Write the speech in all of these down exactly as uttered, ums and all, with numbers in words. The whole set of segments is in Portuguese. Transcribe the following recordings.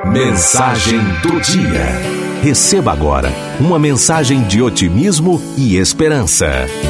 Mensagem do dia. Receba agora uma mensagem de otimismo e esperança.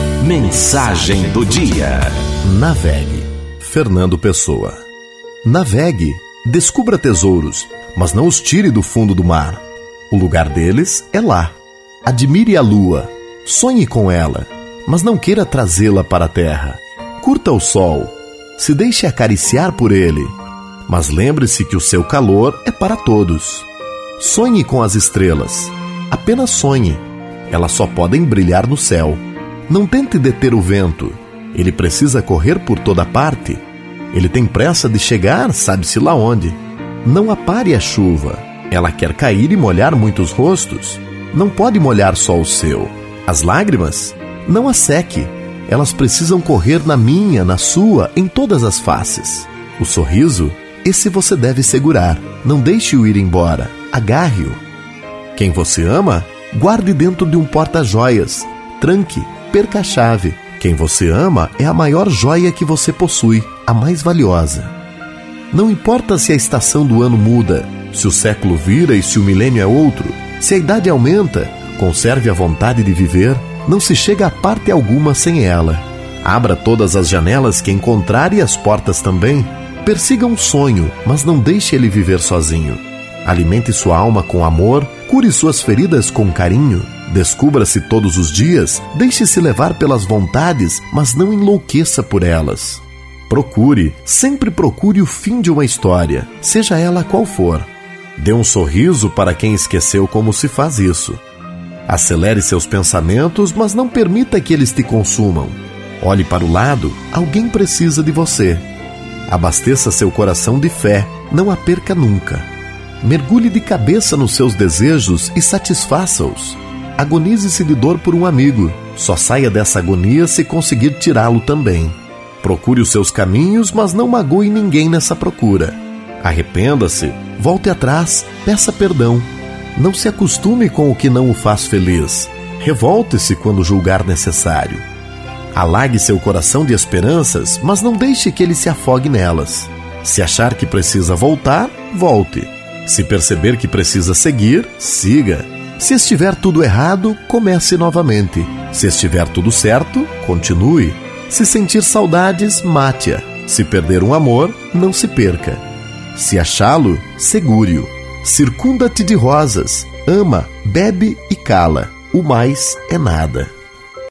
Mensagem do dia. Navegue. Fernando Pessoa. Navegue, descubra tesouros, mas não os tire do fundo do mar. O lugar deles é lá. Admire a lua, sonhe com ela, mas não queira trazê-la para a terra. Curta o sol, se deixe acariciar por ele, mas lembre-se que o seu calor é para todos. Sonhe com as estrelas, apenas sonhe. Elas só podem brilhar no céu. Não tente deter o vento, ele precisa correr por toda parte. Ele tem pressa de chegar, sabe-se lá onde. Não apare a chuva, ela quer cair e molhar muitos rostos. Não pode molhar só o seu. As lágrimas, não as seque, elas precisam correr na minha, na sua, em todas as faces. O sorriso, esse você deve segurar, não deixe-o ir embora, agarre-o. Quem você ama, guarde dentro de um porta-joias, tranque, perca a chave. Quem você ama é a maior joia que você possui, a mais valiosa. Não importa se a estação do ano muda, se o século vira e se o milênio é outro, se a idade aumenta, conserve a vontade de viver, não se chega a parte alguma sem ela. Abra todas as janelas que encontrar e as portas também. Persiga um sonho, mas não deixe ele viver sozinho. Alimente sua alma com amor, cure suas feridas com carinho. Descubra-se todos os dias, deixe-se levar pelas vontades, mas não enlouqueça por elas. Procure, sempre procure o fim de uma história, seja ela qual for. Dê um sorriso para quem esqueceu como se faz isso. Acelere seus pensamentos, mas não permita que eles te consumam. Olhe para o lado, alguém precisa de você. Abasteça seu coração de fé, não a perca nunca. Mergulhe de cabeça nos seus desejos e satisfaça-os. Agonize-se de dor por um amigo, só saia dessa agonia se conseguir tirá-lo também. Procure os seus caminhos, mas não magoe ninguém nessa procura. Arrependa-se, volte atrás, peça perdão. Não se acostume com o que não o faz feliz. Revolte-se quando julgar necessário. Alague seu coração de esperanças, mas não deixe que ele se afogue nelas. Se achar que precisa voltar, volte. Se perceber que precisa seguir, siga. Se estiver tudo errado, comece novamente. Se estiver tudo certo, continue. Se sentir saudades, mate-a. Se perder um amor, não se perca. Se achá-lo, segure-o. Circunda-te de rosas. Ama, bebe e cala. O mais é nada.